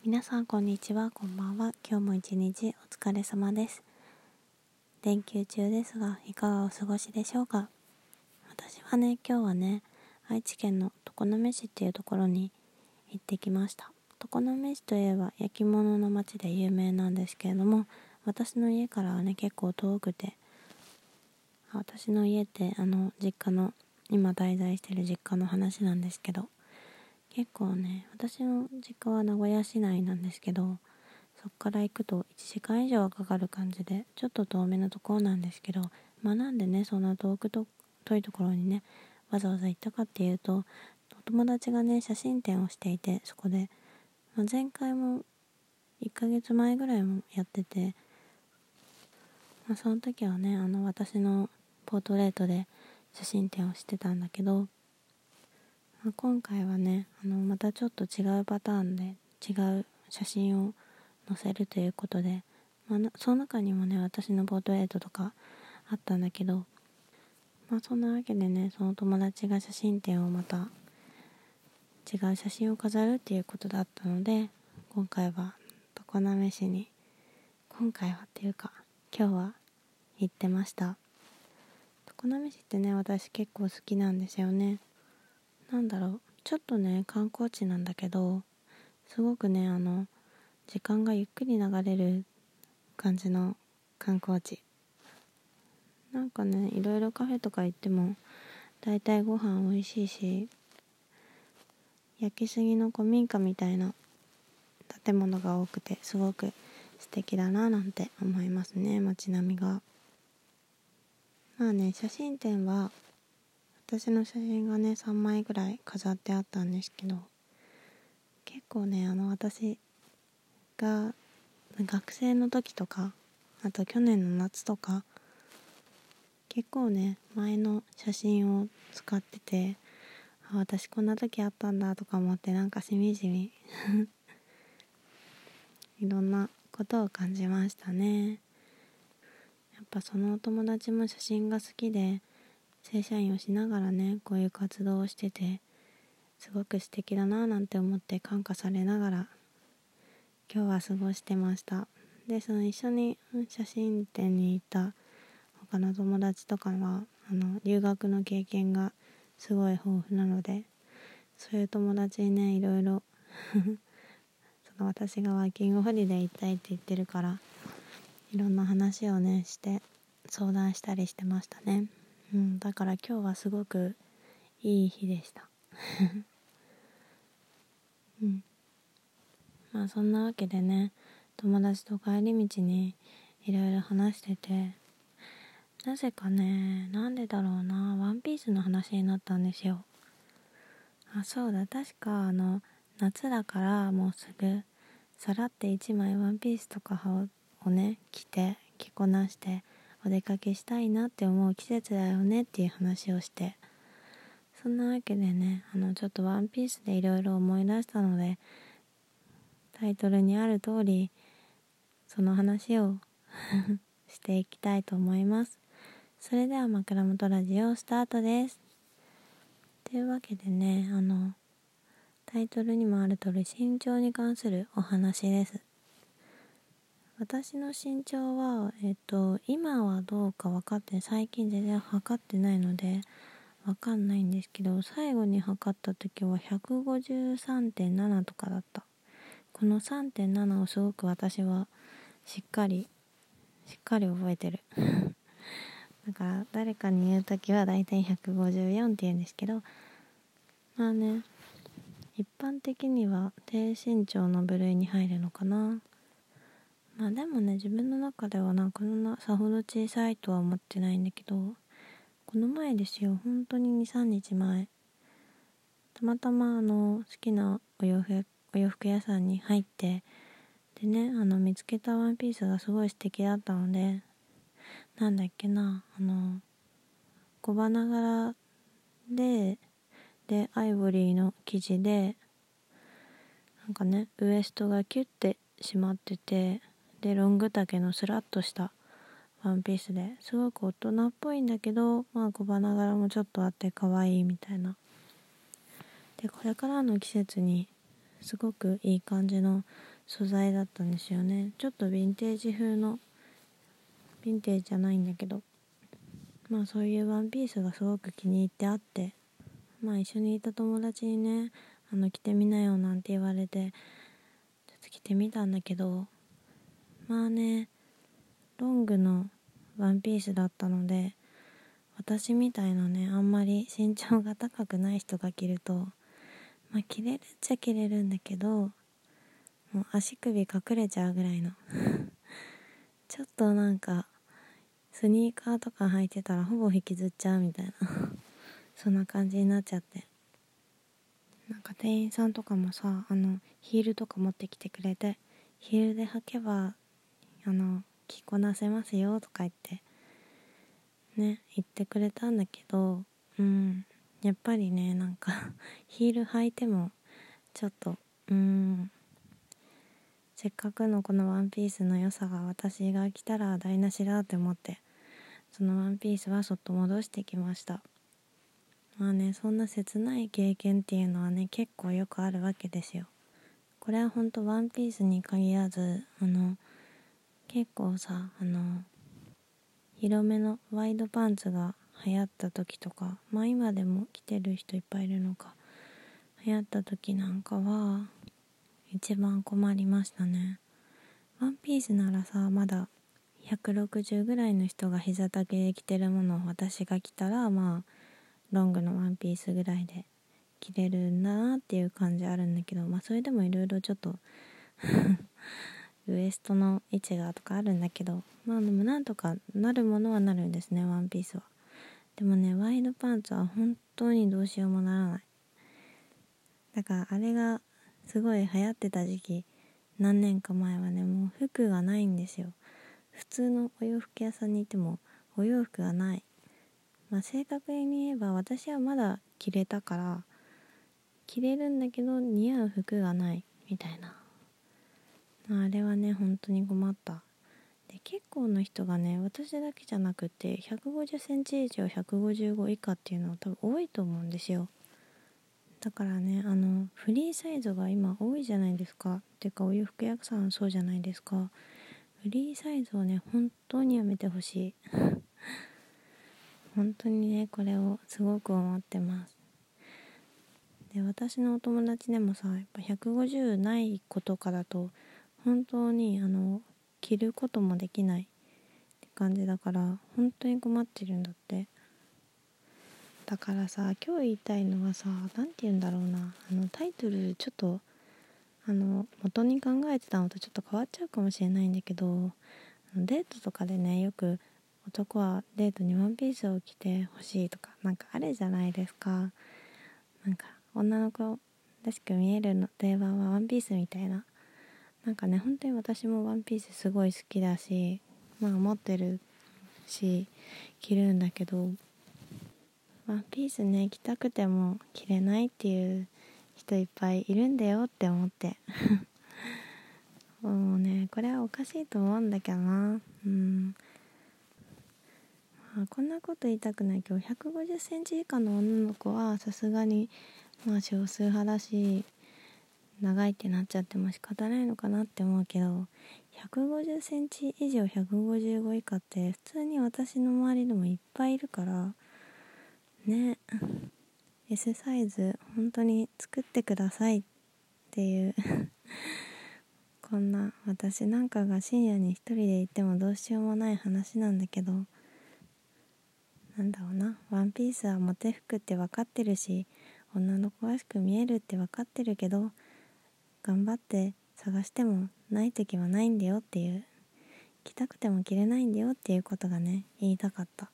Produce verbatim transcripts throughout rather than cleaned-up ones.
皆さんこんにちは、こんばんは。今日も一日お疲れ様です。連休中ですが、いかがお過ごしでしょうか。私はね、今日はね、愛知県の常滑市っていうところに行ってきました。常滑市といえば焼き物の町で有名なんですけれども、私の家からはね、結構遠くて、私の家ってあの実家の今滞在してる実家の話なんですけど、結構ね、私の実家は名古屋市内なんですけど、そっから行くといちじかん以上はかかる感じで、ちょっと遠めのところなんですけど、まあなんでね、そんな遠くと遠いところにね、わざわざ行ったかっていうと、お友達がね、写真展をしていて、そこで、まあ、前回もいっかげつまえぐらいもやってて、まあ、その時はね、あの私のポートレートで写真展をしてたんだけど、まあ、今回はね、あのまたちょっと違うパターンで違う写真を載せるということで、まあ、その中にもね、私のポートレートとかあったんだけど、まあそんなわけでね、その友達が写真展をまた違う写真を飾るっていうことだったので、今回は常滑市に今回はっていうか今日は行ってました。常滑市ってね、私結構好きなんですよね。なんだろう、ちょっとね観光地なんだけど、すごくね、あの時間がゆっくり流れる感じの観光地。なんかね、いろいろカフェとか行ってもだいたいご飯美味しいし、焼きすぎの古民家みたいな建物が多くて、すごく素敵だななんて思いますね、街並みが。まあね、写真展は私の写真がねさんまいぐらい飾ってあったんですけど、結構ね、あの私が学生の時とか、あと去年の夏とか、結構ね前の写真を使ってて、あ、私こんな時あったんだとか思って、なんかしみじみいろんなことを感じましたね。やっぱそのお友達も写真が好きで、正社員をしながらねこういう活動をしてて、すごく素敵だななんて思って感化されながら今日は過ごしてました。で、その一緒に写真展に行った他の友達とかはあの留学の経験がすごい豊富なので、そういう友達にねいろいろその私がワーキングホリデー行きたいって言ってるから、いろんな話をねして相談したりしてましたね。うん、だから今日はすごくいい日でしたうん、まあそんなわけでね、友達と帰り道にいろいろ話してて、なぜかね、なんでだろうな、ワンピースの話になったんですよ。あ、そうだ、確かあの夏だからもうすぐさらっていちまいワンピースとかをね着て着こなしてお出かけしたいなって思う季節だよねっていう話をして、そんなわけでね、あのちょっとワンピースでいろいろ思い出したので、タイトルにある通りその話をしていきたいと思います。それでは枕元ラジオスタートです。というわけでね、あのタイトルにもある通り身長に関するお話です。私の身長はえっと今はどうか分かって、最近全然測ってないので分かんないんですけど、最後に測った時は ひゃくごじゅうさんてんなな とかだった。この さんてんなな をすごく私はしっかりしっかり覚えてるだから誰かに言うときはだいたいひゃくごじゅうよんって言うんですけど、まあね、一般的には低身長の部類に入るのかな。まあでもね、自分の中ではなんかそんなさほど小さいとは思ってないんだけど、この前ですよ、本当ににさんにちまえ、たまたまあの好きなお洋服お洋服屋さんに入って、でね、あの見つけたワンピースがすごい素敵だったので、なんだっけな、あの小花柄ででアイボリーの生地で、なんかねウエストがキュッて締まってて、でロング丈のスラッとしたワンピースで、すごく大人っぽいんだけど、まあ小花柄もちょっとあって可愛いみたいな。でこれからの季節にすごくいい感じの素材だったんですよね。ちょっとヴィンテージ風の、ヴィンテージじゃないんだけど、まあそういうワンピースがすごく気に入ってあって、まあ一緒にいた友達にね、あの着てみなよなんて言われてちょっと着てみたんだけど、まあね、ロングのワンピースだったので、私みたいなね、あんまり身長が高くない人が着ると、まあ着れるっちゃ着れるんだけど、もう足首隠れちゃうぐらいのちょっとなんかスニーカーとか履いてたらほぼ引きずっちゃうみたいなそんな感じになっちゃって、なんか店員さんとかもさ、あのヒールとか持ってきてくれて、ヒールで履けばあの着こなせますよとか言ってね、言ってくれたんだけど、うんやっぱりね、なんかヒール履いてもちょっとうーんせっかくのこのワンピースの良さが私が着たら台無しだって思って、そのワンピースはそっと戻してきました。まあね、そんな切ない経験っていうのはね、結構よくあるわけですよ。これはほんとワンピースに限らず、あの結構さ、あの広めのワイドパンツが流行った時とか、まあ今でも着てる人いっぱいいるのか、流行った時なんかは一番困りましたね。ワンピースならさ、まだひゃくろくじゅうぐらいの人が膝丈で着てるものを私が着たら、まあロングのワンピースぐらいで着れるんだなっていう感じあるんだけど、まあそれでもいろいろちょっとウエストの位置がとかあるんだけど、まあでもなんとかなるものはなるんですね、ワンピースは。でもね、ワイドパンツは本当にどうしようもならない。だからあれがすごい流行ってた時期、何年か前はね、もう服がないんですよ。普通のお洋服屋さんにいてもお洋服がない。まあ正確に言えば私はまだ着れたから着れるんだけど、似合う服がないみたいな。まあ、あれはね本当に困った。で結構の人がね、私だけじゃなくてひゃくごじゅっセンチ以上ひゃくごじゅうご以下っていうのは多分多いと思うんですよ。だからね、あのフリーサイズが今多いじゃないですか。てかお洋服屋さんそうじゃないですか。フリーサイズをね本当にやめてほしい本当にね、これをすごく思ってます。で私のお友達でもさ、やっぱひゃくごじゅうない子とかだと本当にあの着ることもできないって感じだから、本当に困ってるんだって。だからさ、今日言いたいのはさ、なんて言うんだろうな、あのタイトルちょっとあの元に考えてたのとちょっと変わっちゃうかもしれないんだけど、デートとかでね、よく男はデートにワンピースを着てほしいとかなんかあるじゃないですか。なんか女の子らしく見えるの定番はワンピースみたいな。なんかね、本当に私もワンピースすごい好きだし、まあ持ってるし着るんだけど、ワンピースね着たくても着れないっていう人いっぱいいるんだよって思ってもうね、これはおかしいと思うんだけどな。うん、まあ、こんなこと言いたくないけどひゃくごじゅっセンチ以下の女の子はさすがにまあ少数派だし、長いってなっちゃっても仕方ないのかなって思うけど、ひゃくごじゅっセンチ以上ひゃくごじゅうご以下って普通に私の周りでもいっぱいいるからね。 S サイズ本当に作ってくださいっていうこんな私なんかが深夜に一人で行ってもどうしようもない話なんだけど、なんだろうな、ワンピースはモテ服って分かってるし、女の子らしく見えるって分かってるけど、頑張って探してもない時はないんだよっていう、着たくても着れないんだよっていうことがね、言いたかった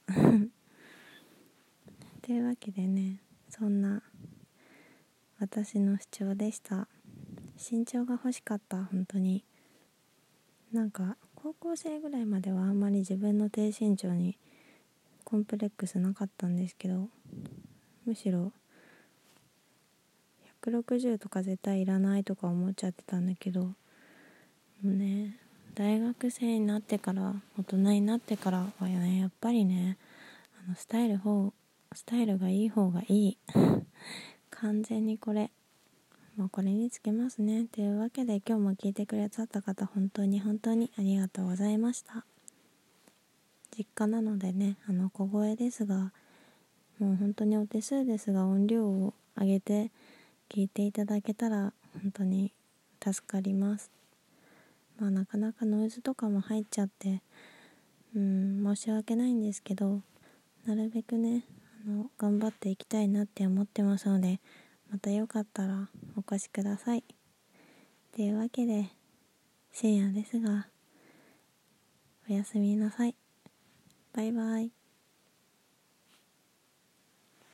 というわけでね、そんな私の主張でした。身長が欲しかった。本当になんか高校生ぐらいまではあんまり自分の低身長にコンプレックスなかったんですけど、むしろひゃくろくじゅうとか絶対いらないとか思っちゃってたんだけど、もうね、大学生になってから大人になってからはね、やっぱりね、あのスタイル方スタイルがいい方がいい完全にこれもうこれにつけますね。というわけで今日も聞いてくださった方、本当に本当にありがとうございました。実家なのでね、あの小声ですが、もう本当にお手数ですが、音量を上げて聞いていただけたら本当に助かります。まあなかなかノイズとかも入っちゃってうん申し訳ないんですけど、なるべくねあの頑張っていきたいなって思ってますので、またよかったらお越しください。というわけで深夜ですがおやすみなさい。バイバイ。